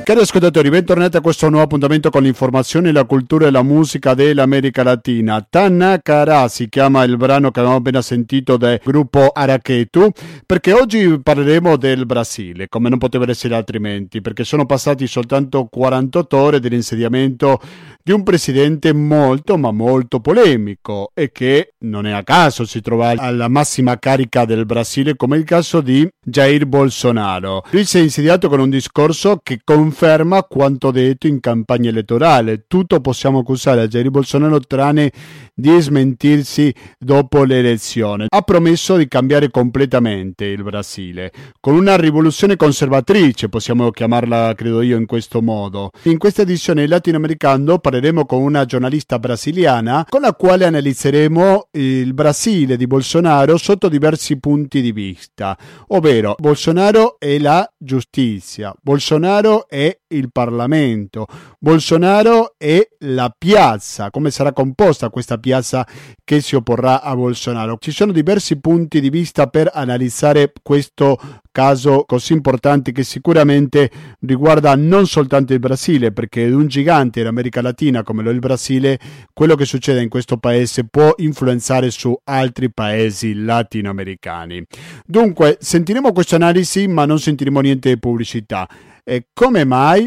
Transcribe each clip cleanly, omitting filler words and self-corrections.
Cari ascoltatori, bentornati a questo nuovo appuntamento con l'informazione, la cultura e la musica dell'America Latina. Tanakara si chiama il brano che abbiamo appena sentito del gruppo Araketu, perché oggi parleremo del Brasile, come non poteva essere altrimenti, perché sono passati soltanto 48 ore dall'insediamento di un presidente molto ma molto polemico e che non è a caso si trova alla massima carica del Brasile, come il caso di Jair Bolsonaro. Lui si è insediato con un discorso che conferma quanto detto in campagna elettorale. Tutto possiamo accusare a Jair Bolsonaro tranne di smentirsi dopo le elezioni. Ha promesso di cambiare completamente il Brasile con una rivoluzione conservatrice, possiamo chiamarla credo io in questo modo. In questa edizione latinoamericano parleremo con una giornalista brasiliana con la quale analizzeremo il Brasile di Bolsonaro sotto diversi punti di vista, ovvero Bolsonaro e la giustizia, Bolsonaro e il Parlamento, Bolsonaro e la piazza, come sarà composta questa piazza che si opporrà a Bolsonaro. Ci sono diversi punti di vista per analizzare questo caso così importante che sicuramente riguarda non soltanto il Brasile, perché ad un gigante in America Latina come lo è il Brasile, quello che succede in questo paese può influenzare su altri paesi latinoamericani. Dunque, sentiremo questa analisi, ma non sentiremo niente di pubblicità. E come mai?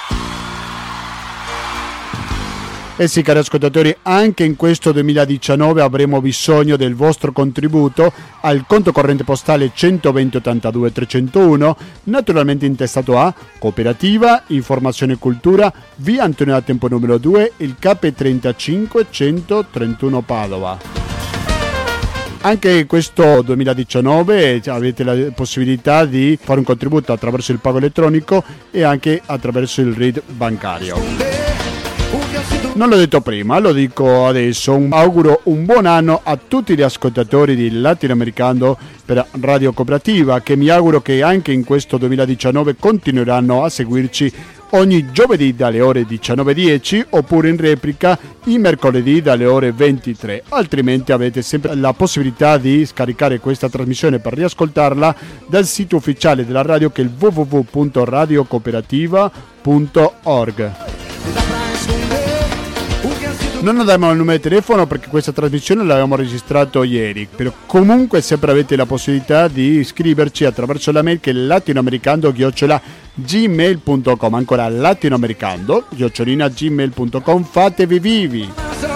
Eh sì, cari ascoltatori, anche in questo 2019 avremo bisogno del vostro contributo al conto corrente postale 120 82 301, naturalmente intestato a Cooperativa Informazione e Cultura, via Antonio da Tempo numero 2, il KP 35 131 Padova. Anche questo 2019 avete la possibilità di fare un contributo attraverso il pago elettronico e anche attraverso il RID bancario. Non l'ho detto prima, lo dico adesso. Auguro un buon anno a tutti gli ascoltatori di Latinoamericano per Radio Cooperativa, che mi auguro che anche in questo 2019 continueranno a seguirci ogni giovedì dalle ore 19:10 oppure in replica i mercoledì dalle ore 23. Altrimenti avete sempre la possibilità di scaricare questa trasmissione per riascoltarla dal sito ufficiale della radio, che è il www.radiocooperativa.org. Non abbiamo il numero di telefono perché questa trasmissione l'abbiamo registrato ieri, però comunque sempre avete la possibilità di iscriverci attraverso la mail che è latinoamericando@gmail.com, ancora latinoamericando@gmail.com. Fatevi vivi!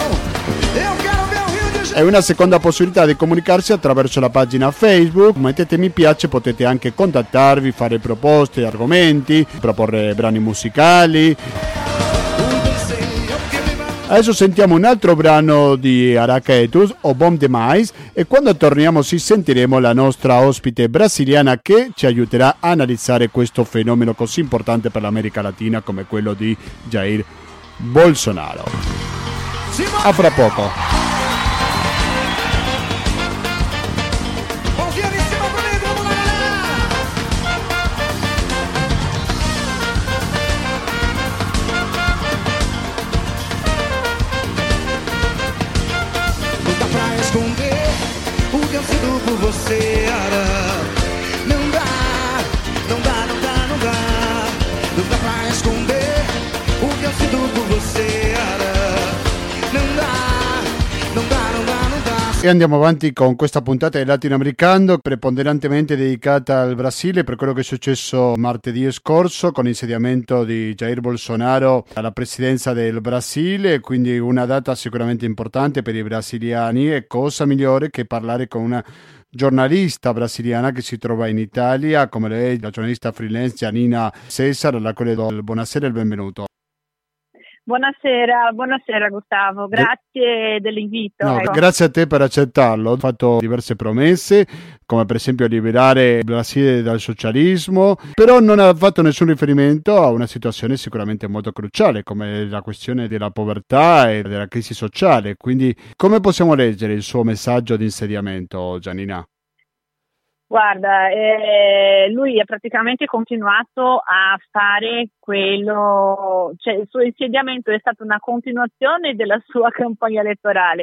È una seconda possibilità di comunicarsi attraverso la pagina Facebook. Mettete mi piace, potete anche contattarvi, fare proposte, argomenti, proporre brani musicali. Adesso sentiamo un altro brano di Araketu, o Bom Demais, e quando torniamo sentiremo la nostra ospite brasiliana che ci aiuterà a analizzare questo fenomeno così importante per l'America Latina come quello di Jair Bolsonaro. A fra poco. Você não dá, não dá, não dá, não dá. Não dá pra esconder o que eu sinto por você. Não dá, não dá, não dá, não dá. E andiamo avanti con questa puntata del Latinoamericano preponderantemente dedicata al Brasile per quello che è successo martedì scorso con l'insediamento di Jair Bolsonaro alla presidenza del Brasile, quindi una data sicuramente importante per i brasiliani, e cosa migliore che parlare con una giornalista brasiliana che si trova in Italia come lei, la giornalista freelance Janina Cesar, alla quale do il buonasera e il benvenuto. Buonasera Gustavo, grazie dell'invito. No, ecco. Grazie a te per accettarlo. Ho fatto diverse promesse, come per esempio liberare il Brasile dal socialismo, però non ha fatto nessun riferimento a una situazione sicuramente molto cruciale come la questione della povertà e della crisi sociale. Quindi come possiamo leggere il suo messaggio di insediamento, Giannina? Guarda, lui ha praticamente continuato a fare quello, cioè il suo insediamento è stata una continuazione della sua campagna elettorale.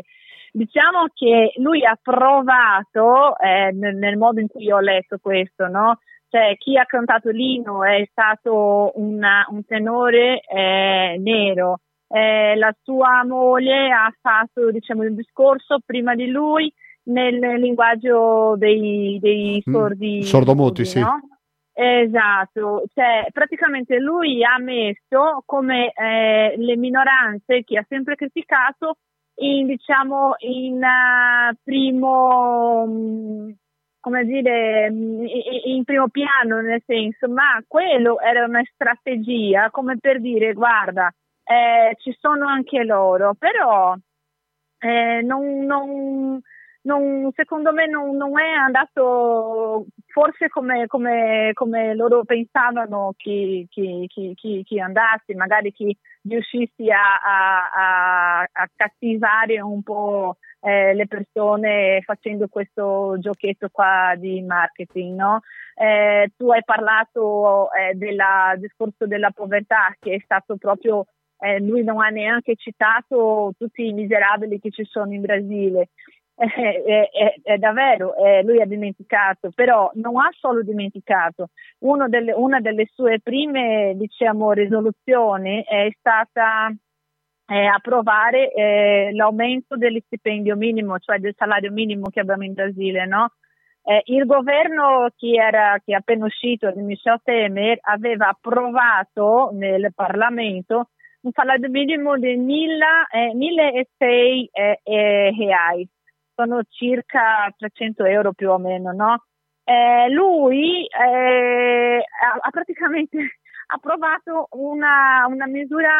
Diciamo che lui ha provato, nel modo in cui io ho letto questo, no? Cioè, chi ha cantato l'inno è stato un tenore nero. La sua moglie ha fatto, diciamo, il discorso prima di lui nel linguaggio dei sordomuti, sì. no? Esatto, cioè praticamente lui ha messo come le minoranze che ha sempre criticato in, diciamo, in primo, come dire, in primo piano, nel senso, ma quello era una strategia come per dire, guarda, ci sono anche loro, però secondo me non è andato forse come loro pensavano chi andasse, magari chi riuscissi a cattivare un po' le persone facendo questo giochetto qua di marketing, no? Tu hai parlato del discorso della povertà, che è stato proprio lui non ha neanche citato tutti i miserabili che ci sono in Brasile. È davvero, lui ha dimenticato, però non ha solo dimenticato. Una delle sue prime, diciamo, risoluzioni è stata approvare l'aumento dello stipendio minimo, cioè del salario minimo che abbiamo in Brasile, no? Il governo che è appena uscito di Michel Temer aveva approvato nel Parlamento un salario minimo di 1.006 reais. Sono circa 300 euro più o meno, no? Lui ha praticamente approvato una misura,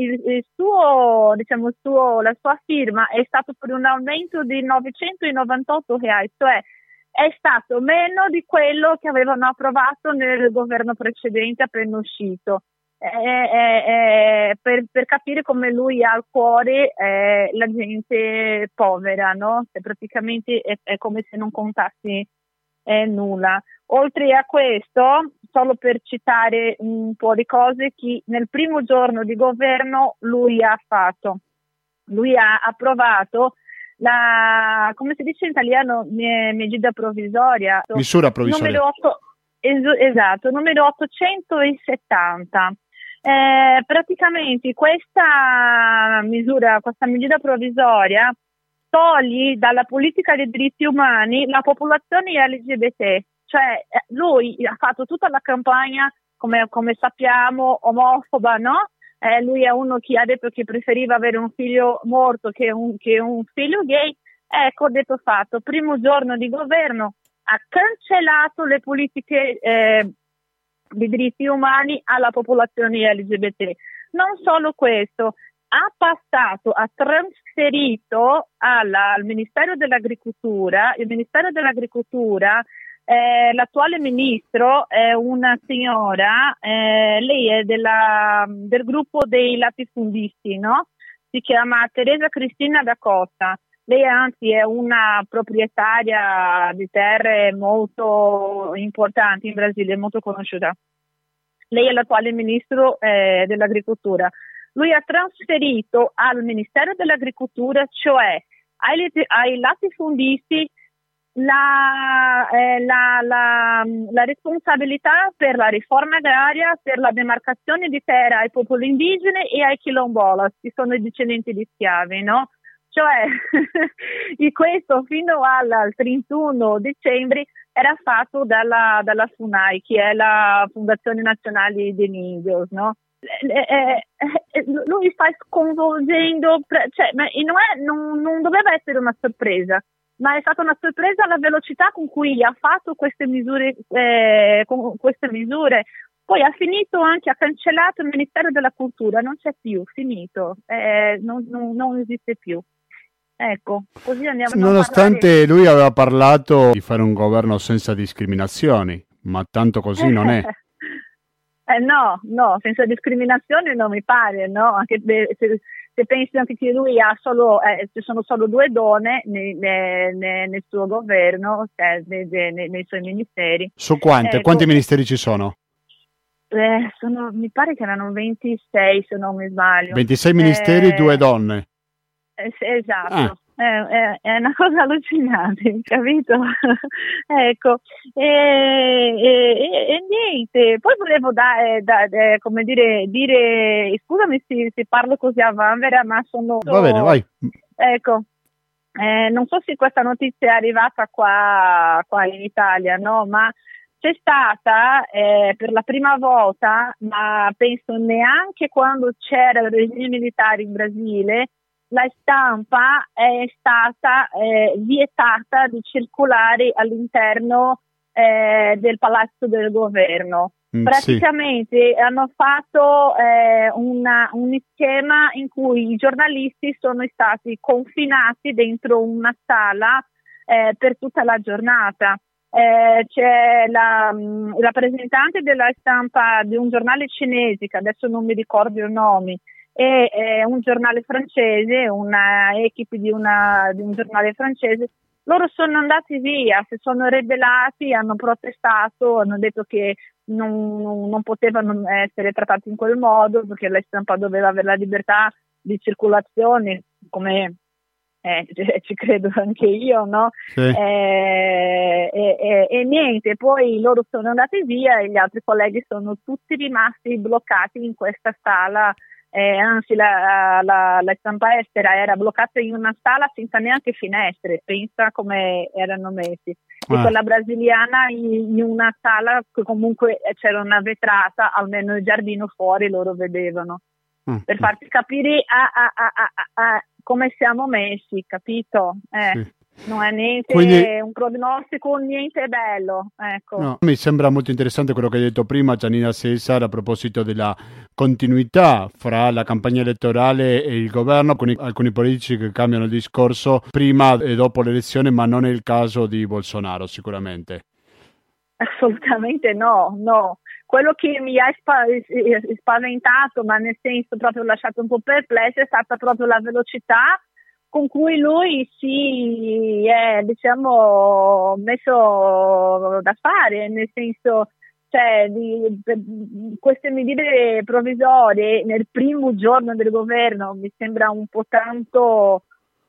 la sua firma è stato per un aumento di 998 reais, cioè è stato meno di quello che avevano approvato nel governo precedente appena uscito. Per capire come lui ha al cuore la gente povera, no? Praticamente è come se non contassi nulla. Oltre a questo, solo per citare un po' di cose che nel primo giorno di governo lui ha fatto. Lui ha approvato come si dice in italiano, medida provvisoria. Misura provvisoria. Numero 8, esatto, numero 870. Praticamente questa medida provvisoria toglie dalla politica dei diritti umani la popolazione LGBT, cioè lui ha fatto tutta la campagna, come sappiamo, omofoba, no? Lui è uno che ha detto che preferiva avere un figlio morto che un figlio gay. Ecco, detto fatto, primo giorno di governo ha cancellato le politiche di diritti umani alla popolazione LGBT. Non solo questo, ha trasferito al Ministero dell'Agricoltura. Il Ministero dell'Agricoltura, l'attuale ministro è una signora, lei è del gruppo dei latifondisti, no? Si chiama Teresa Cristina da Costa. Lei anzi è una proprietaria di terre molto importanti in Brasile, molto conosciuta. Lei è l'attuale ministro dell'Agricoltura. Lui ha trasferito al Ministero dell'Agricoltura, cioè ai latifondisti, la responsabilità per la riforma agraria, per la demarcazione di terra ai popoli indigeni e ai quilombolas, che sono i discendenti di schiavi, no? Cioè, questo fino al 31 dicembre era fatto dalla FUNAI, che è la Fondazione Nazionale degli Indios, no? Lui sta sconvolgendo, cioè, ma non doveva essere una sorpresa, ma è stata una sorpresa la velocità con cui ha fatto queste misure, Poi ha finito anche, ha cancellato il Ministero della Cultura, non c'è più, finito, non esiste più. Ecco, così andiamo. Nonostante lui aveva parlato di fare un governo senza discriminazioni, ma tanto così non è. No, senza discriminazioni non mi pare, no? Anche se pensi anche che lui ha ci sono solo 2 donne nel suo governo, cioè nei suoi ministeri. Su quanti ministeri ci sono? Mi pare che erano 26, se non mi sbaglio. 26 ministeri, 2 donne. Esatto. è una cosa allucinante, capito? Ecco, e niente, poi volevo come dire, scusami se parlo così a vanvera, ma sono... Va bene, vai. Ecco, non so se questa notizia è arrivata qua in Italia, no? Ma c'è stata per la prima volta, ma penso neanche quando c'era il regime militare in Brasile, la stampa è stata vietata di circolare all'interno del palazzo del governo. Praticamente hanno fatto un schema in cui i giornalisti sono stati confinati dentro una sala per tutta la giornata. C'è la rappresentante della stampa di un giornale cinese, che adesso non mi ricordo i nomi, e un giornale francese, una equipe di un giornale francese. Loro sono andati via, si sono ribellati, hanno protestato, hanno detto che non potevano essere trattati in quel modo, perché la stampa doveva avere la libertà di circolazione, come ci credo anche io, no? Sì. E niente, poi loro sono andati via e gli altri colleghi sono tutti rimasti bloccati in questa sala. Anzi, la stampa estera era bloccata in una sala senza neanche finestre, pensa come erano messi. E quella brasiliana in una sala che comunque c'era una vetrata, almeno il giardino fuori loro vedevano. Per farti capire come siamo messi, capito? Sì. Non è niente un prognostico, niente bello, ecco. No, mi sembra molto interessante quello che hai detto prima, Giannina Cesar, a proposito della continuità fra la campagna elettorale e il governo, con alcuni politici che cambiano il discorso prima e dopo l'elezione, ma non è il caso di Bolsonaro sicuramente. Assolutamente no. Quello che mi ha spaventato, ma nel senso proprio lasciato un po' perplesso, è stata proprio la velocità con cui lui si è, diciamo, messo da fare, nel senso, cioè, queste misure provvisorie nel primo giorno del governo mi sembra un po' tanto,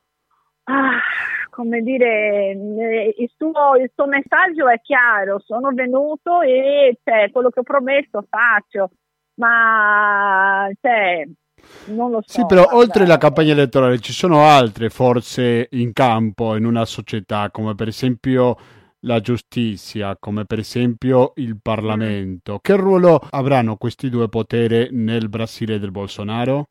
come dire, il suo messaggio è chiaro: sono venuto e quello che ho promesso faccio, ma non lo so. Sì, però oltre la campagna elettorale ci sono altre forze in campo in una società, come per esempio la giustizia, come per esempio il Parlamento. Che ruolo avranno questi due poteri nel Brasile del Bolsonaro?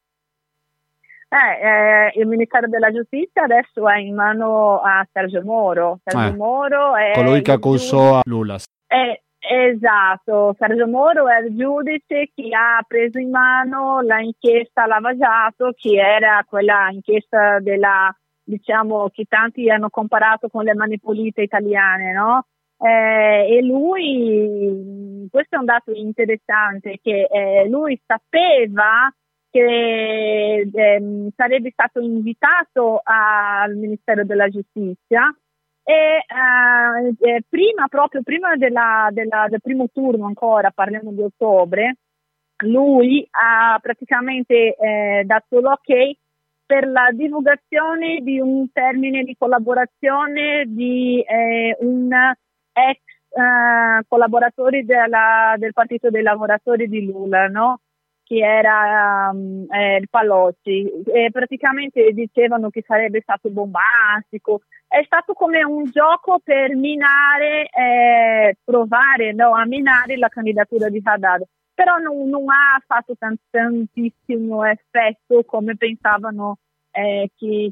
Il Ministero della Giustizia adesso è in mano a Sergio Moro. Sergio Moro è colui che accusò a Lula. Esatto, Sergio Moro è il giudice che ha preso in mano la inchiesta Lava Jato, che era quella inchiesta diciamo, che tanti hanno comparato con le Mani Pulite italiane, no? E lui, questo è un dato interessante, che lui sapeva che sarebbe stato invitato al Ministero della Giustizia e proprio prima del primo turno, ancora parliamo di ottobre, lui ha praticamente dato l'ok per la divulgazione di un termine di collaborazione di un ex collaboratore del Partito dei Lavoratori di Lula, no? Che era il Palocci, e praticamente dicevano che sarebbe stato bombastico. È stato come un gioco per provare a minare la candidatura di Haddad, però non ha fatto tantissimo effetto come pensavano che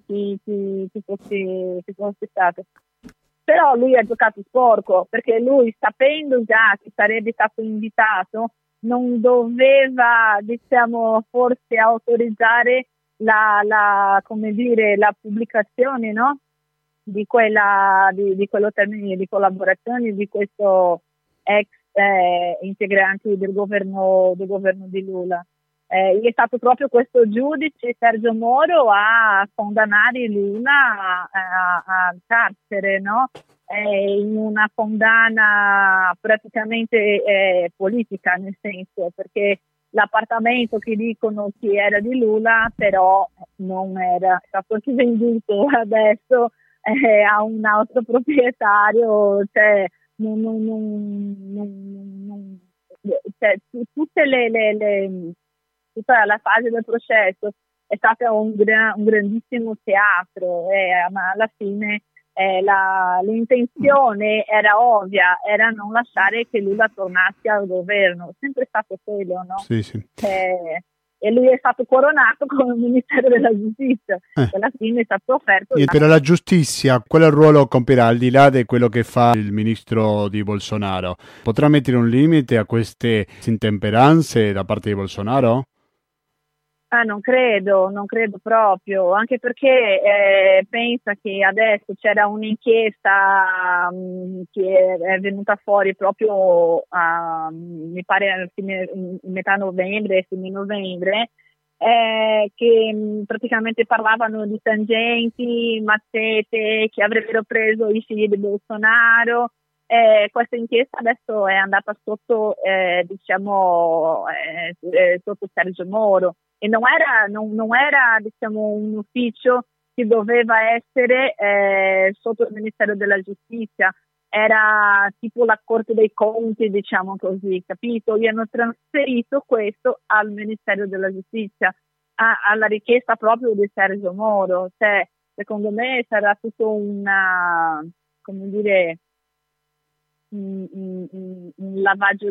fosse stato. Però lui ha giocato sporco, perché lui, sapendo già che sarebbe stato invitato, non doveva, diciamo, forse autorizzare la pubblicazione, no? Di quello termine di collaborazione di questo ex integrante del governo di Lula. È stato proprio questo giudice Sergio Moro a condannare Lula al carcere, no? In una condanna praticamente politica, nel senso, perché l'appartamento che dicono che era di Lula, però non era stato venduto adesso a un altro proprietario, cioè, cioè, tutta la fase del processo è stata un grandissimo teatro, ma alla fine l'intenzione era ovvia, era non lasciare che Lula tornasse al governo, sempre stato quello, no? Sì, sì. E lui è stato coronato come Ministero della Giustizia, e alla fine è stato offerto. E per la giustizia, quale ruolo compirà al di là di quello che fa il ministro di Bolsonaro? Potrà mettere un limite a queste intemperanze da parte di Bolsonaro? Non credo proprio, anche perché pensa che adesso c'era un'inchiesta che è venuta fuori proprio mi pare a metà novembre, fine novembre, che praticamente parlavano di tangenti, mazzette che avrebbero preso i figli di Bolsonaro. Questa inchiesta adesso è andata sotto sotto Sergio Moro, e non era diciamo un ufficio che doveva essere sotto il Ministero della Giustizia, era tipo la Corte dei Conti, diciamo così, capito? Gli hanno trasferito questo al Ministero della Giustizia alla richiesta proprio di Sergio Moro. Cioè, secondo me sarà tutto un lavaggio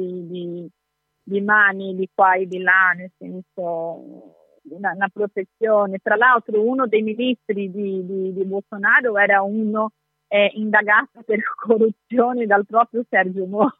di mani di qua e di là, nel senso una protezione. Tra l'altro uno dei ministri di Bolsonaro era uno indagato per corruzione dal proprio Sergio Moro,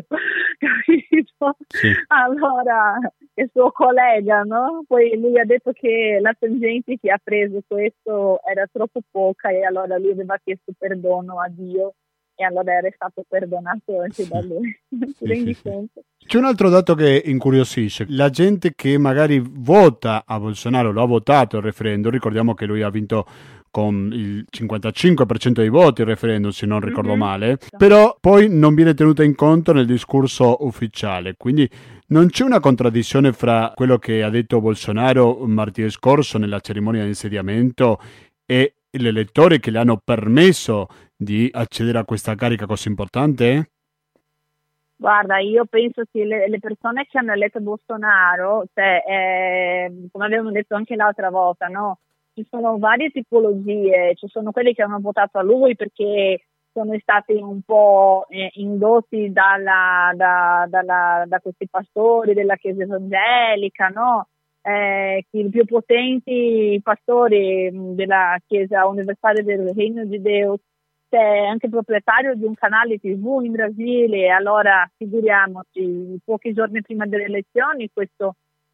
capito? Sì. Allora, il suo collega, no? Poi lui ha detto che la tangente che ha preso questo era troppo poca, e allora lui aveva chiesto perdono a Dio, e allora era stato perdonato anche da lui. Ti rendi conto? C'è un altro dato che incuriosisce: la gente che magari vota a Bolsonaro, lo ha votato il referendum, ricordiamo che lui ha vinto con il 55% dei voti il referendum, se non ricordo male, però poi non viene tenuta in conto nel discorso ufficiale, quindi non c'è una contraddizione fra quello che ha detto Bolsonaro martedì scorso nella cerimonia di insediamento e gli elettori che le hanno permesso di accedere a questa carica così importante? Guarda, io penso che le persone che hanno eletto Bolsonaro, come abbiamo detto anche l'altra volta, no? Ci sono varie tipologie, ci sono quelli che hanno votato a lui perché sono stati un po' indotti da questi pastori della Chiesa evangelica, no? I più potenti pastori della Chiesa universale del Regno di Dio, c'è anche proprietario di un canale TV in Brasile. Allora figuriamoci, pochi giorni prima delle elezioni questo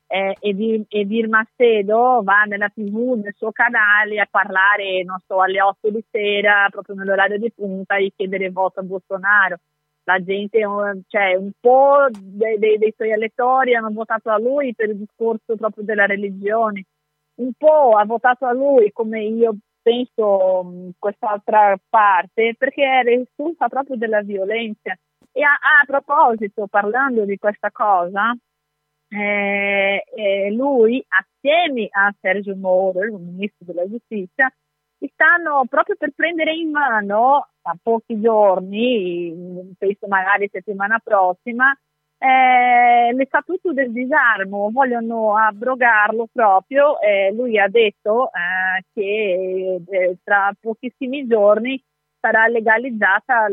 Edir Macedo va nella TV, nel suo canale, a parlare, non so, alle 8 di sera, proprio nell'orario di punta, e chiedere voto a Bolsonaro. La gente, cioè un po' dei suoi elettori hanno votato a lui per il discorso proprio della religione, un po' ha votato a lui, come io penso quest'altra parte, perché era espulsa proprio della violenza. E a proposito, parlando di questa cosa, lui assieme a Sergio Moro, il ministro della giustizia, stanno proprio per prendere in mano a pochi giorni, penso magari settimana prossima, lo statuto del disarmo, vogliono abrogarlo proprio. Lui ha detto che tra pochissimi giorni sarà legalizzata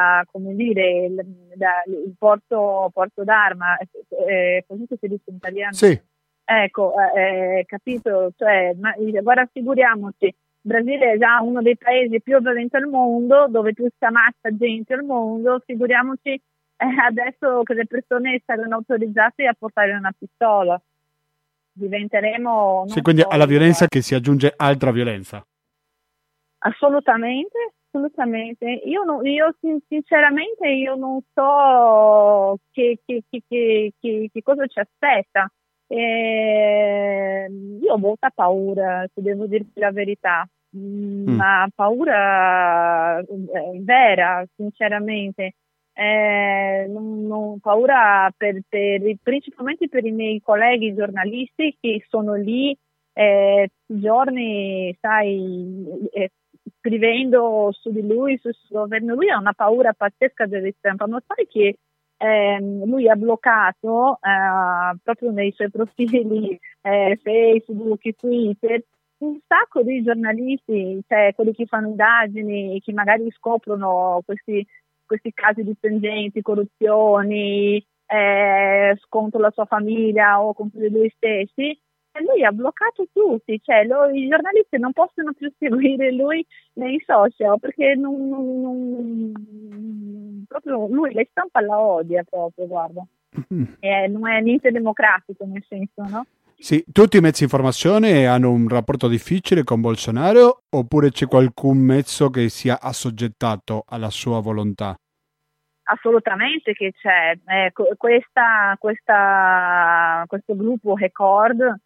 il porto d'arma, così si dice in italiano. Sì. Ecco, capito? Cioè, guarda, figuriamoci, il Brasile è già uno dei paesi più violenti al mondo, dove più si ammazza gente al mondo, figuriamoci adesso che le persone saranno autorizzate a portare una pistola. Diventeremo... Sì, quindi alla violenza che si aggiunge altra violenza. Assolutamente. Io sinceramente non so che cosa ci aspetta. Io ho molta paura, se devo dirti la verità, ma paura vera, sinceramente. non ho paura principalmente per i miei colleghi giornalisti che sono lì tutti i giorni, sai, scrivendo su di lui, sul suo governo. Lui ha una paura pazzesca delle stampa, ma sai che lui ha bloccato proprio nei suoi profili Facebook, Twitter, un sacco di giornalisti, cioè quelli che fanno indagini, che magari scoprono questi casi di tangenti, corruzioni, contro la sua famiglia o contro di lui stessi. E lui ha bloccato tutti, cioè i giornalisti non possono più seguire lui nei social perché proprio lui la stampa la odia proprio, guarda. Non è niente democratico nel senso, no? Sì, tutti i mezzi di informazione hanno un rapporto difficile con Bolsonaro oppure c'è qualcun mezzo che sia assoggettato alla sua volontà? Assolutamente che c'è. Questo gruppo Record,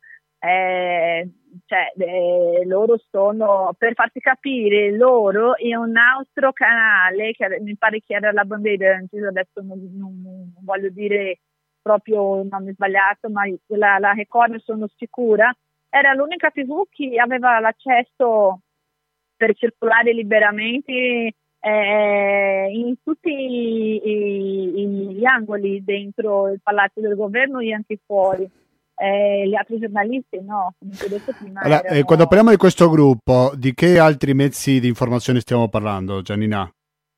loro sono, per farti capire, loro e un altro canale che mi pare che era la Bandera, adesso non voglio dire proprio il nome sbagliato, ma la Record sono sicura, era l'unica TV che aveva l'accesso per circolare liberamente in tutti gli angoli dentro il palazzo del governo e anche fuori. Gli altri giornalisti no, come ti ho detto prima. Allora, quando parliamo di questo gruppo, di che altri mezzi di informazione stiamo parlando, Giannina?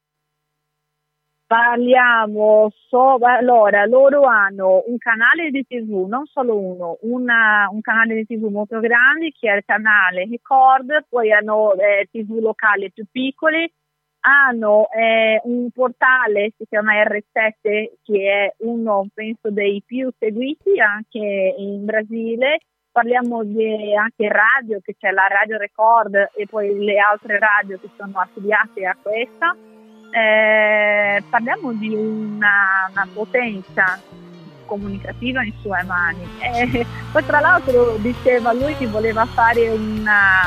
Allora, loro hanno un canale di TV, non solo uno, un canale di TV molto grande che è il canale Record, poi hanno TV locali più piccoli, hanno un portale, si chiama R7, che è uno, penso, dei più seguiti anche in Brasile. Parliamo di anche radio, che c'è la Radio Record e poi le altre radio che sono affiliate a questa. Parliamo di una potenza comunicativa in sue mani. Poi tra l'altro diceva lui che voleva fare un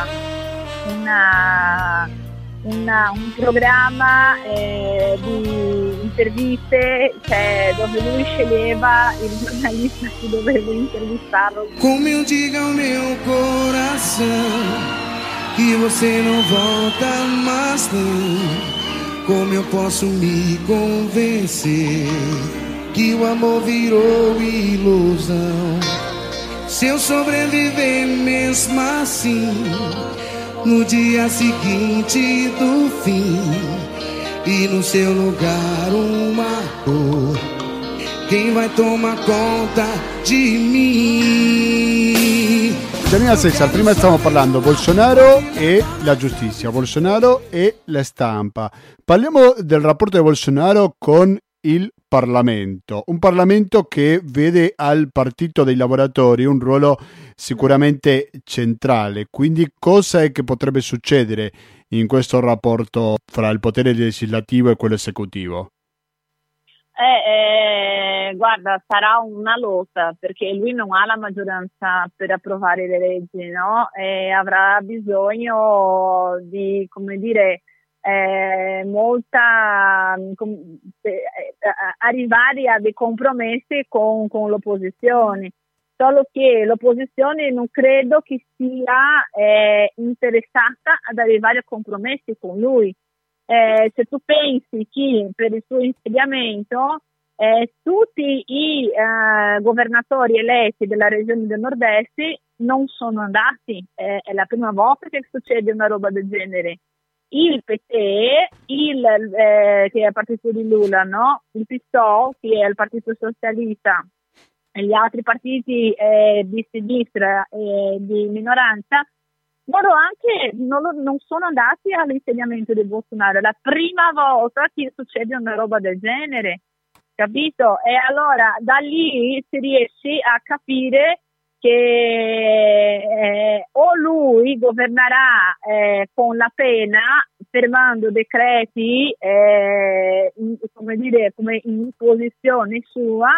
programma di interviste, cioè, dove lui sceglieva il giornalista che doveva intervistarlo. Como eu digo ao meu coração que você não volta mais não. Como eu posso me convencer que o amor virou ilusão? Se eu sobreviver mesmo assim, no dia seguinte do fim, e no seu lugar uma cor, quem vai tomar conta di mim? Giannina Cesar, prima stavamo parlando Bolsonaro e la giustizia, Bolsonaro e la stampa. Parliamo del rapporto di Bolsonaro con il Parlamento, un Parlamento che vede al Partito dei Lavoratori un ruolo sicuramente centrale. Quindi cosa è che potrebbe succedere in questo rapporto fra il potere legislativo e quello esecutivo? Guarda, sarà una lotta perché lui non ha la maggioranza per approvare le leggi, no? Avrà bisogno di, come dire, arrivare a dei compromessi con l'opposizione. Solo che l'opposizione non credo che sia interessata ad arrivare a compromessi con lui. Se tu pensi che per il suo insediamento tutti i governatori eletti della regione del nord-est non sono andati, è la prima volta che succede una roba del genere. Il PT, che è il partito di Lula, no? Il PSOL, che è il partito socialista, e gli altri partiti di sinistra e di minoranza, loro anche non sono andati all'insediamento di Bolsonaro. È la prima volta che succede una roba del genere, capito? E allora da lì si riesce a capire che o lui governerà con la pena, fermando decreti come in posizione sua,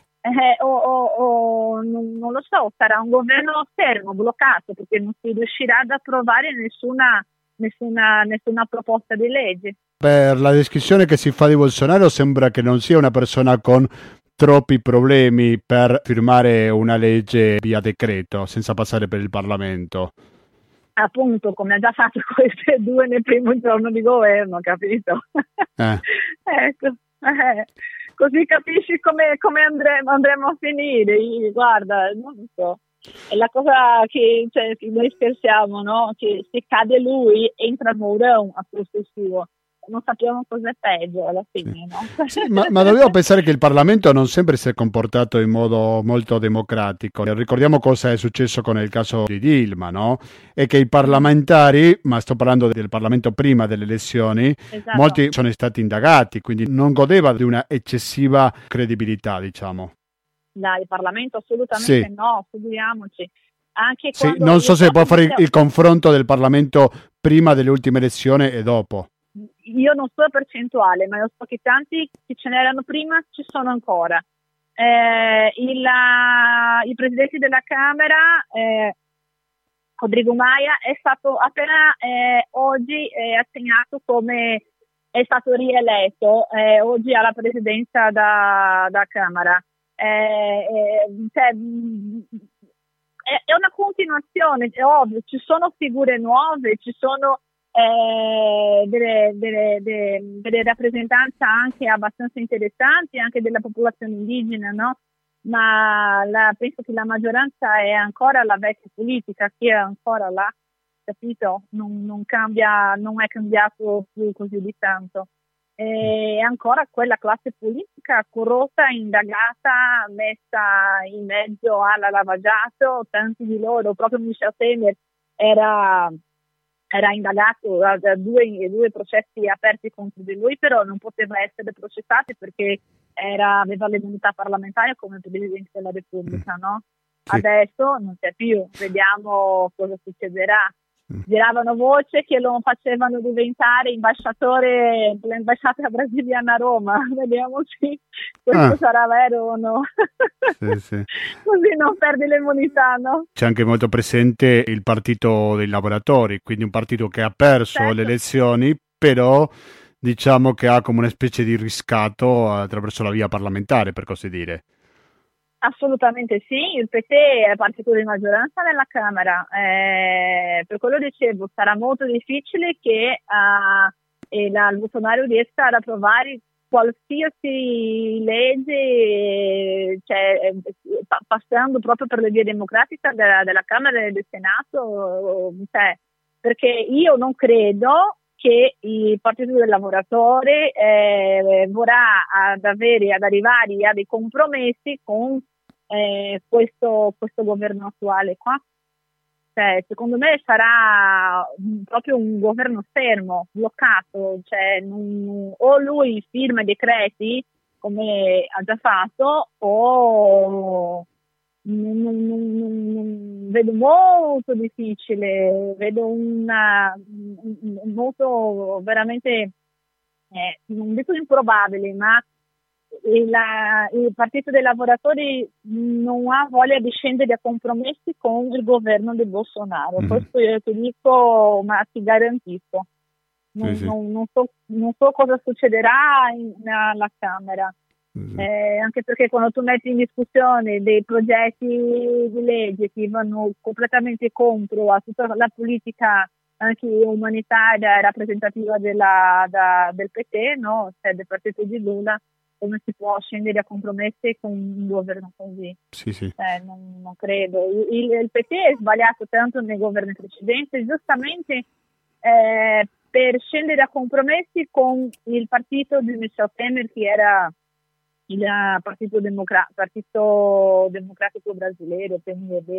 o non lo so, sarà un governo fermo, bloccato, perché non si riuscirà ad approvare nessuna proposta di legge. Per la descrizione che si fa di Bolsonaro sembra che non sia una persona con troppi problemi per firmare una legge via decreto, senza passare per il Parlamento. Appunto, come ha già fatto queste due nel primo giorno di governo, capito? Ecco, così capisci come andremo a finire. Guarda, non lo so. È la cosa che, cioè, noi scherziamo, no? Che se cade lui, entra Mourão a posto suo. Non sappiamo cosa è peggio alla fine, no? Sì, ma dobbiamo pensare che il Parlamento non sempre si è comportato in modo molto democratico. Ricordiamo cosa è successo con il caso di Dilma, no? E che i parlamentari, ma sto parlando del Parlamento prima delle elezioni, Esatto. molti sono stati indagati, quindi non godeva di una eccessiva credibilità, diciamo. Il Parlamento assolutamente Sì. no, figuriamoci. Anche Sì, quando non so se può fare il confronto del Parlamento prima delle ultime elezioni e dopo. Io non so la percentuale, ma io so che tanti che ce n'erano prima ci sono ancora. Il presidente della Camera, Rodrigo Maia, è stato appena oggi assegnato come è stato rieletto oggi alla presidenza da Camera. Cioè, è una continuazione, è ovvio, ci sono figure nuove, ci sono delle rappresentanze anche abbastanza interessanti anche della popolazione indigena, no? Ma penso che la maggioranza è ancora la vecchia politica, che è ancora là, capito? Non cambia, non è cambiato più così di tanto. È ancora quella classe politica corrotta, indagata, messa in mezzo alla lavagiato. Tanti di loro, proprio Michel Temer era indagato da due processi aperti contro di lui, però non poteva essere processato perché aveva l'immunità parlamentare come Presidente della Repubblica, no? Sì. Adesso non c'è più, vediamo cosa succederà. Giravano voci che lo facevano diventare ambasciatore dell'ambasciata brasiliana a Roma. Vediamo se questo sarà vero o no. Sì. Così non perdi l'immunità, no? C'è anche molto presente il partito dei lavoratori, quindi un partito che ha perso le elezioni, però diciamo che ha come una specie di riscatto attraverso la via parlamentare, per così dire. Assolutamente sì, il PT è partito di maggioranza nella Camera, per quello dicevo sarà molto difficile che il Bolsonaro riesca ad approvare qualsiasi legge, cioè, passando proprio per le vie democratiche della Camera e del Senato, cioè, perché io non credo che il Partito del Lavoratore vorrà ad arrivare a dei compromessi con questo governo attuale qua. Cioè, secondo me sarà proprio un governo fermo, bloccato, cioè o lui firma i decreti come ha già fatto o vedo molto difficile, vedo molto veramente non dico improbabile, ma il Partito dei Lavoratori non ha voglia di scendere a compromessi con il governo di Bolsonaro. Questo io ti dico, ma ti garantisco. Non so cosa succederà alla Camera. Anche perché quando tu metti in discussione dei progetti di legge che vanno completamente contro a tutta la politica anche umanitaria e rappresentativa del PT, no? Cioè del partito di Lula, come si può scendere a compromessi con un governo così? Sì. Non credo. Il PT è sbagliato tanto nei governi precedenti, giustamente per scendere a compromessi con il partito di Michel Temer, che era il Partito Democratico Brasileiro, PMDB,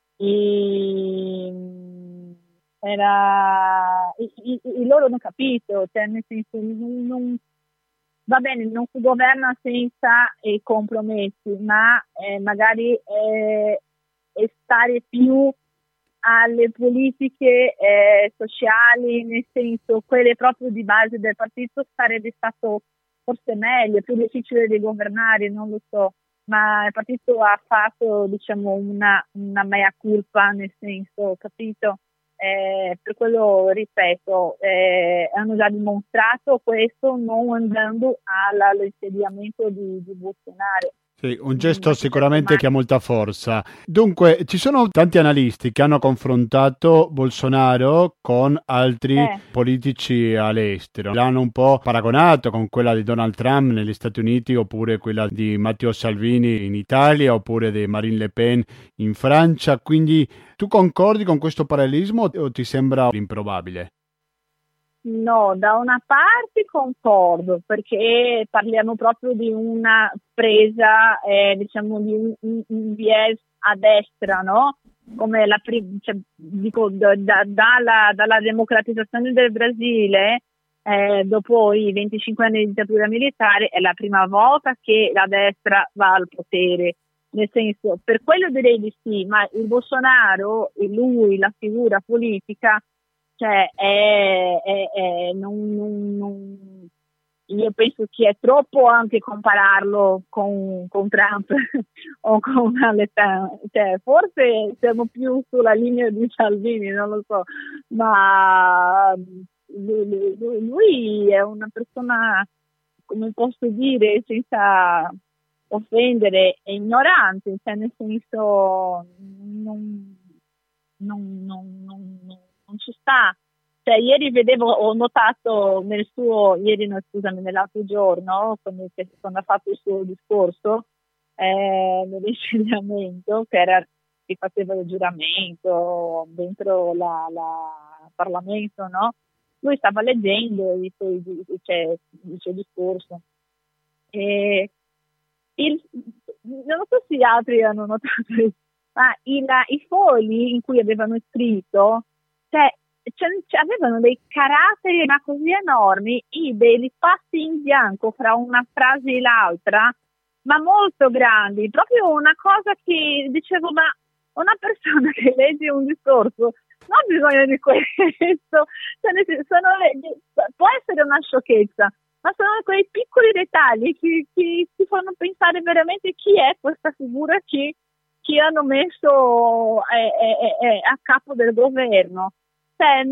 loro hanno capito, cioè nel senso va bene, non si governa senza i compromessi, ma magari stare più alle politiche sociali, nel senso quelle proprio di base del partito, sarebbe stato forse meglio, più difficile di governare, non lo so, ma il partito ha fatto, diciamo, una mea culpa, nel senso, capito? Per quello ripeto, hanno già dimostrato questo non andando all'insediamento di Bolsonaro. Sì, un gesto sicuramente che ha molta forza. Dunque, ci sono tanti analisti che hanno confrontato Bolsonaro con altri politici all'estero. L'hanno un po' paragonato con quella di Donald Trump negli Stati Uniti, oppure quella di Matteo Salvini in Italia, oppure di Marine Le Pen in Francia. Quindi tu concordi con questo parallelismo o ti sembra improbabile? No, da una parte concordo, perché parliamo proprio di una presa, diciamo, di un bias a destra, no? Come dalla democratizzazione del Brasile, dopo i 25 anni di dittatura militare, è la prima volta che la destra va al potere. Nel senso, per quello direi di sì, ma il Bolsonaro, lui, la figura politica, cioè io penso che è troppo anche compararlo con Trump o con Le Pen, cioè forse siamo più sulla linea di Salvini, non lo so, ma lui è una persona, come posso dire, senza offendere, è ignorante, cioè nel senso non ci sta. Cioè, ieri ho notato nell'altro giorno, quando ha fatto il suo discorso nell'insediamento, si faceva il giuramento dentro la Parlamento, no? Lui stava leggendo il suo discorso. Non so se gli altri hanno notato, ma i fogli in cui avevano scritto, avevano dei caratteri ma così enormi e degli spazi in bianco fra una frase e l'altra, ma molto grandi, proprio una cosa che dicevo, ma una persona che legge un discorso non ha bisogno di questo, può essere una sciocchezza, ma sono quei piccoli dettagli che ti fanno pensare veramente chi è questa figura che hanno messo a capo del governo. Cioè,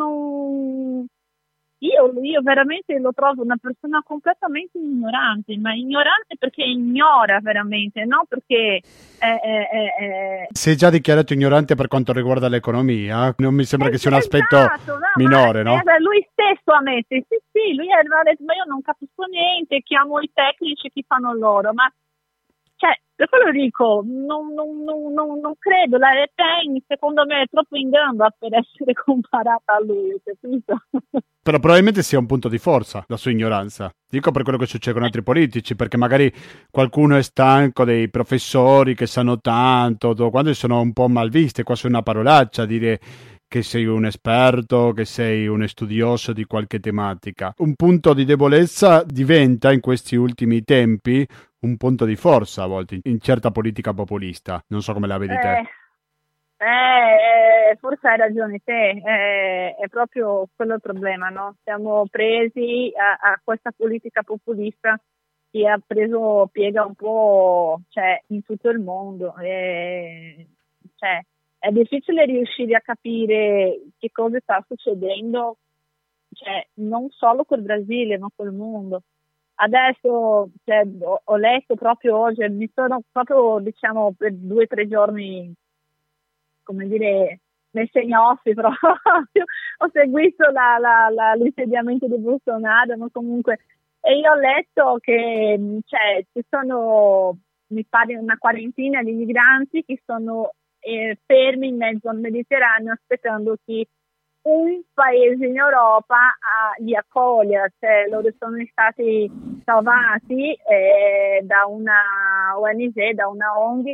io veramente lo trovo una persona completamente ignorante, ma ignorante perché ignora veramente, no? Perché Si è già dichiarato ignorante per quanto riguarda l'economia, non mi sembra che sia un aspetto minore, no? Lui stesso ammette, sì, lui ha detto, ma io non capisco niente, chiamo i tecnici che fanno loro, ma cioè, per quello dico, non credo, la Le Pen secondo me è troppo in gamba per essere comparata a lui, capito? Però probabilmente sia un punto di forza la sua ignoranza. Dico per quello che succede con altri politici, perché magari qualcuno è stanco dei professori che sanno tanto, quando sono un po' malviste, quasi una parolaccia dire che sei un esperto, che sei un studioso di qualche tematica. Un punto di debolezza diventa in questi ultimi tempi un punto di forza a volte in certa politica populista. Non so come la vedi te. Forse hai ragione te, è proprio quello il problema, no? Siamo presi a questa politica populista che ha preso piega un po', cioè, in tutto il mondo. Cioè, è difficile riuscire a capire che cosa sta succedendo, cioè, non solo col Brasile, ma col mondo. Adesso ho letto proprio oggi, mi sono proprio, diciamo, per 2 o 3 giorni, come dire, messa in off proprio, ho seguito l'insediamento di Bolsonaro, ma comunque, e io ho letto che ci sono, mi pare, una quarantina di migranti che sono fermi in mezzo al Mediterraneo aspettando che un paese in Europa li accoglia, cioè loro sono stati salvati da una ONG, da una ONG,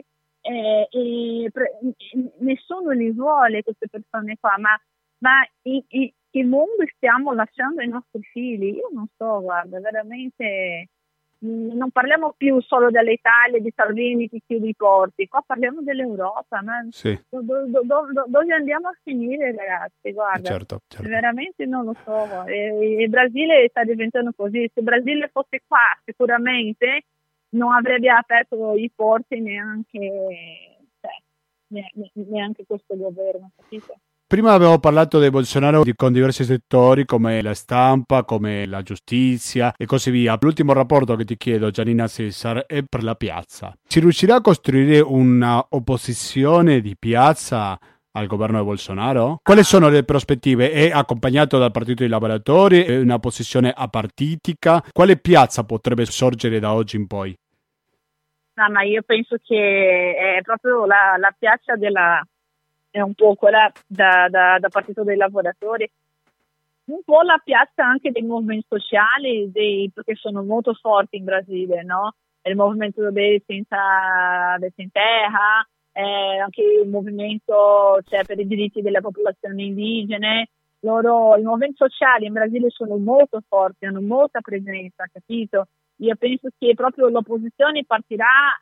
nessuno li vuole queste persone qua, ma che mondo stiamo lasciando ai nostri figli? Io non so, guarda, veramente non parliamo più solo dell'Italia, di Salvini che chiude i porti, qua parliamo dell'Europa, ma sì. Dove andiamo a finire, ragazzi? Guarda, certo. veramente non lo so. Il Brasile sta diventando così. Se il Brasile fosse qua, sicuramente non avrebbe aperto i porti neanche questo governo, capito? Prima abbiamo parlato di Bolsonaro con diversi settori come la stampa, come la giustizia e così via. L'ultimo rapporto che ti chiedo, Giannina Cesar, è per la piazza. Si riuscirà a costruire una opposizione di piazza al governo di Bolsonaro? Quali sono le prospettive? È accompagnato dal Partito dei Lavoratori? È una posizione apartitica? Quale piazza potrebbe sorgere da oggi in poi? No, ma io penso che è proprio la piazza è un po' quella da Partito dei Lavoratori, un po' la piazza anche dei movimenti sociali, perché sono molto forti in Brasile, no? Il movimento dei Sem Terra, anche il movimento per i diritti delle popolazioni indigene. I movimenti sociali in Brasile sono molto forti, hanno molta presenza, capito? Io penso che proprio l'opposizione partirà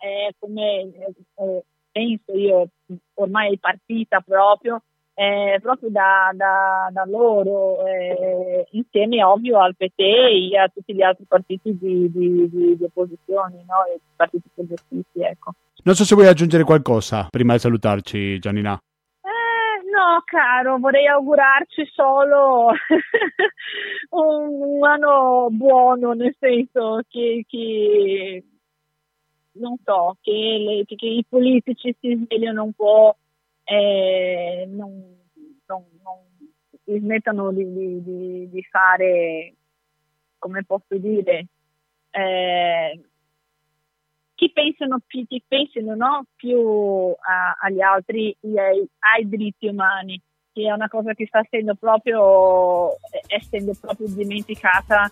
penso io, ormai è partita proprio da loro, insieme ovvio al PT e a tutti gli altri partiti di opposizione, no? I partiti progressisti, ecco. Non so se vuoi aggiungere qualcosa prima di salutarci, Giannina. No, caro, vorrei augurarci solo un anno buono, nel senso che non so, che i politici si svegliano un po', non smettano di fare, come posso dire, che pensino no, più agli altri e ai diritti umani, che è una cosa che sta essendo proprio dimenticata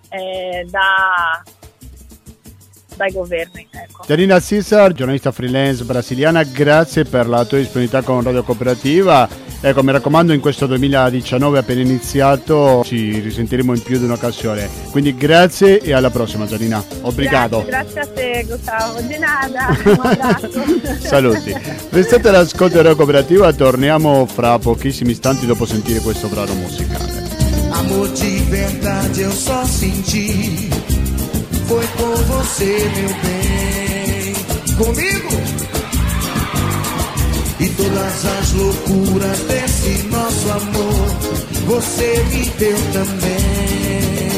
dai governi. Ecco. Giannina Cesar, giornalista freelance brasiliana, grazie per la tua disponibilità con Radio Cooperativa. Ecco, mi raccomando, in questo 2019 appena iniziato ci risentiremo in più di un'occasione. Quindi grazie e alla prossima, Giannina. Obrigado. Grazie a te, Gustavo. Di nada. Un abbraccio. Saluti. Restate all'ascolto di Radio Cooperativa, torniamo fra pochissimi istanti dopo sentire questo brano musicale. Amor de verdade eu só senti, foi com você, meu bem, comigo. E todas as loucuras desse nosso amor, você me deu também.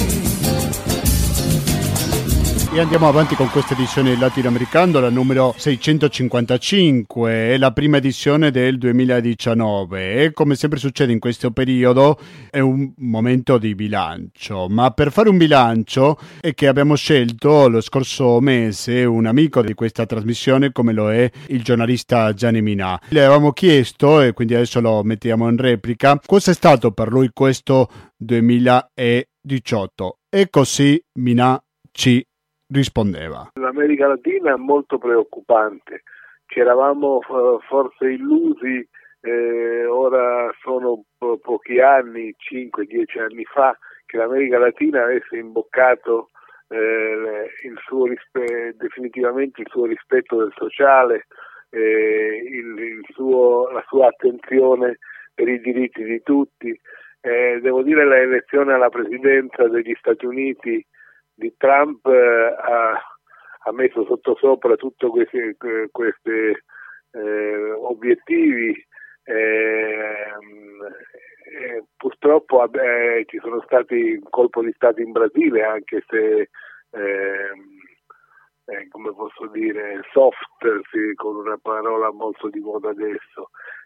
E andiamo avanti con questa edizione latinoamericana, la numero 655, è la prima edizione del 2019 e come sempre succede in questo periodo è un momento di bilancio, ma per fare un bilancio è che abbiamo scelto lo scorso mese un amico di questa trasmissione come lo è il giornalista Gianni Minà. Le avevamo chiesto, e quindi adesso lo mettiamo in replica, cosa è stato per lui questo 2018 e così Minà ci rispondeva. L'America Latina è molto preoccupante, ci eravamo forse illusi, ora sono pochi anni, 5-10 anni fa, che l'America Latina avesse imboccato definitivamente il suo rispetto del sociale, la sua attenzione per i diritti di tutti. Devo dire, l'elezione alla presidenza degli Stati Uniti di Trump ha messo sottosopra tutti questi obiettivi. Purtroppo ci sono stati un colpo di Stato in Brasile, anche se come posso dire, soft, sì, con una parola molto di moda adesso.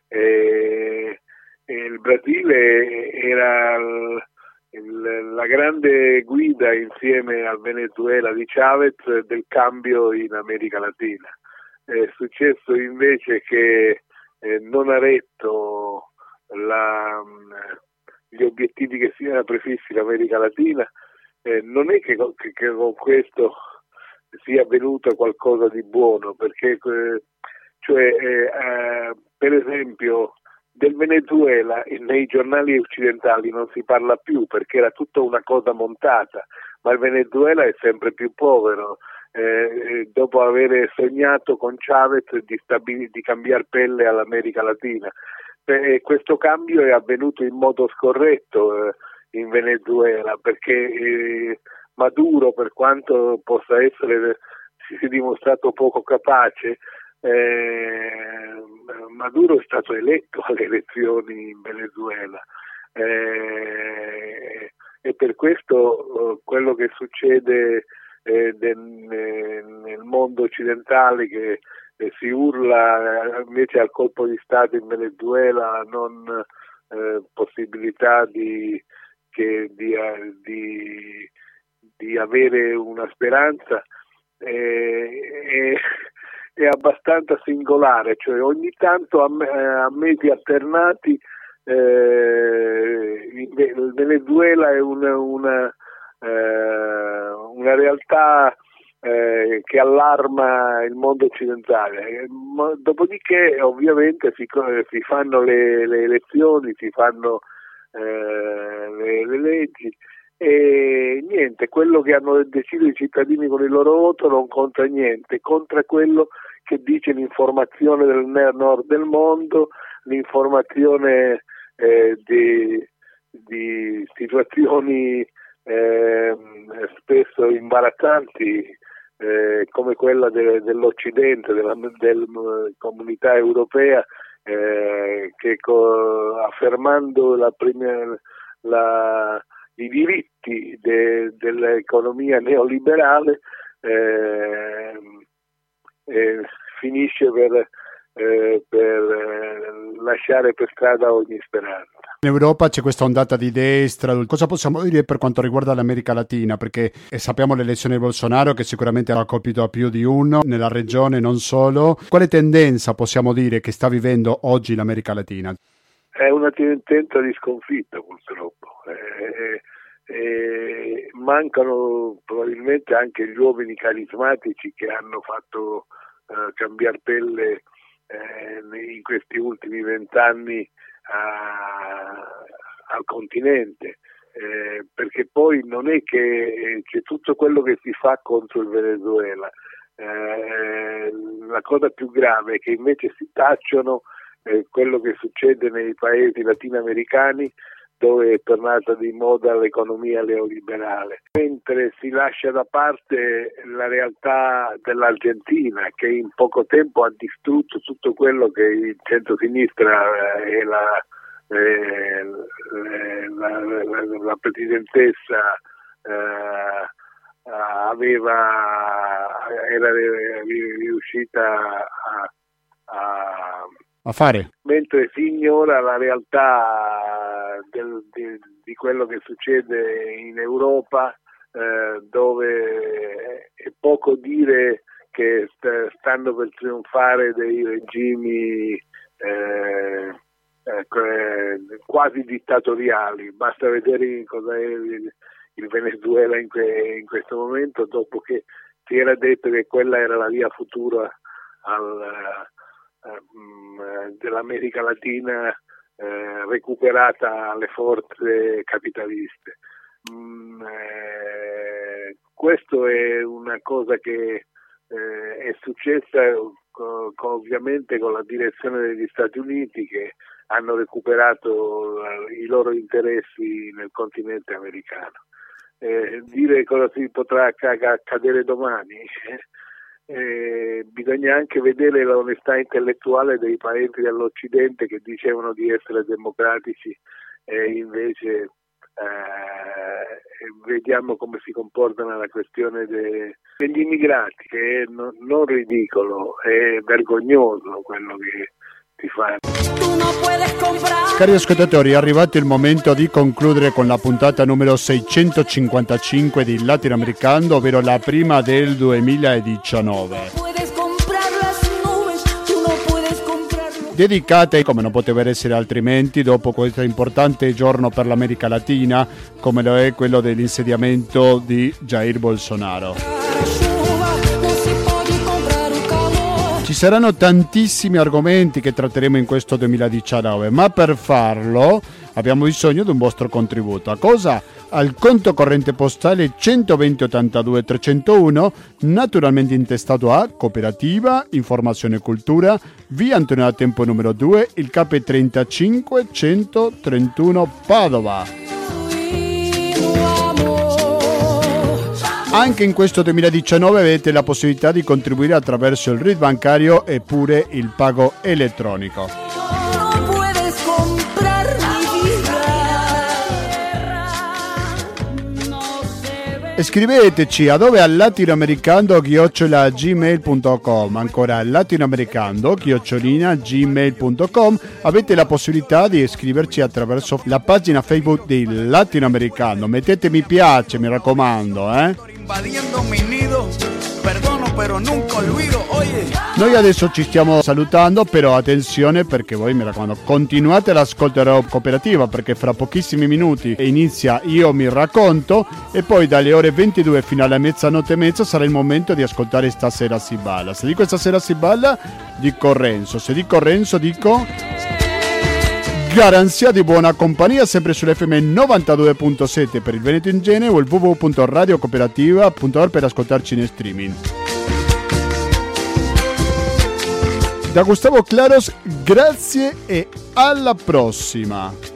Il Brasile era la grande guida insieme al Venezuela di Chavez del cambio in America Latina. È successo invece che non ha retto gli obiettivi che si era prefissi l'America Latina. Non è che con questo sia avvenuto qualcosa di buono, perché per esempio del Venezuela nei giornali occidentali non si parla più perché era tutta una cosa montata, ma il Venezuela è sempre più povero, dopo aver sognato con Chavez di cambiare pelle all'America Latina. Questo cambio è avvenuto in modo scorretto in Venezuela, perché Maduro, per quanto possa essere, si è dimostrato poco capace, Maduro è stato eletto alle elezioni in Venezuela e per questo quello che succede nel mondo occidentale, che si urla invece al colpo di Stato in Venezuela, non possibilità di avere una speranza, è abbastanza singolare, cioè ogni tanto a mesi alternati il Venezuela è una realtà che allarma il mondo occidentale. Dopodiché ovviamente si fanno le elezioni, si fanno le leggi e niente, quello che hanno deciso i cittadini con il loro voto non conta niente, conta quello che dice l'informazione del nord del mondo, l'informazione di situazioni spesso imbarazzanti, come quella dell'Occidente, della comunità europea, che affermando i diritti dell'economia neoliberale finisce per lasciare per strada ogni speranza. In Europa c'è questa ondata di destra. Cosa possiamo dire per quanto riguarda l'America Latina? Perché sappiamo l'elezione di Bolsonaro, che sicuramente ha colpito a più di uno nella regione, non solo. Quale tendenza possiamo dire che sta vivendo oggi l'America Latina? È una tendenza di sconfitta, purtroppo. Mancano probabilmente anche gli uomini carismatici che hanno fatto cambiare pelle in questi ultimi 20 anni al continente, perché poi non è che c'è tutto quello che si fa contro il Venezuela, la cosa più grave è che invece si tacciono quello che succede nei paesi latinoamericani, dove è tornata di moda l'economia neoliberale, mentre si lascia da parte la realtà dell'Argentina, che in poco tempo ha distrutto tutto quello che il centro-sinistra e la presidentessa era riuscita a fare, mentre si ignora la realtà di quello che succede in Europa, dove è poco dire che stanno per trionfare dei regimi quasi dittatoriali. Basta vedere cosa è il Venezuela in questo momento, dopo che si era detto che quella era la via futura dell'America Latina, recuperata alle forze capitaliste. Questo è una cosa che è successa ovviamente con la direzione degli Stati Uniti, che hanno recuperato i loro interessi nel continente americano. Dire cosa si potrà accadere domani, bisogna anche vedere l'onestà intellettuale dei paesi dell'Occidente che dicevano di essere democratici e invece vediamo come si comportano alla questione degli immigrati, che è non ridicolo, è vergognoso quello che si fa. Cari ascoltatori, è arrivato il momento di concludere con la puntata numero 655 di Latinoamericano, ovvero la prima del 2019. Dedicate, come non poteva essere altrimenti, dopo questo importante giorno per l'America Latina, come lo è quello dell'insediamento di Jair Bolsonaro. Ci saranno tantissimi argomenti che tratteremo in questo 2019, ma per farlo abbiamo bisogno di un vostro contributo. A cosa? Al conto corrente postale 120 82 301, naturalmente intestato a Cooperativa Informazione e Cultura, via Antonio da Tempo numero 2, il KP 35 131 Padova. Anche in questo 2019 avete la possibilità di contribuire attraverso il RID bancario e pure il pago elettronico. Scriveteci a dove? Al latinoamericando@gmail.com. Ancora latinoamericando@gmail.com. Avete la possibilità di iscriverci attraverso la pagina Facebook di Latinoamericano. Mettete mi piace, mi raccomando, Invadiendo mi nido, perdono però nunca olvido, oye. Noi adesso ci stiamo salutando, però attenzione perché voi, mi raccomando, continuate l'ascolto della cooperativa perché fra pochissimi minuti inizia Io mi racconto e poi dalle ore 22 fino alla mezzanotte e mezza sarà il momento di ascoltare Stasera si balla. Se dico Stasera si balla, dico Renzo. Se dico Renzo, dico garanzia di buona compagnia, sempre sull'FM 92.7 per il Veneto in genere o il www.radiocooperativa.org per ascoltarci in streaming. Da Gustavo Claros, grazie e alla prossima!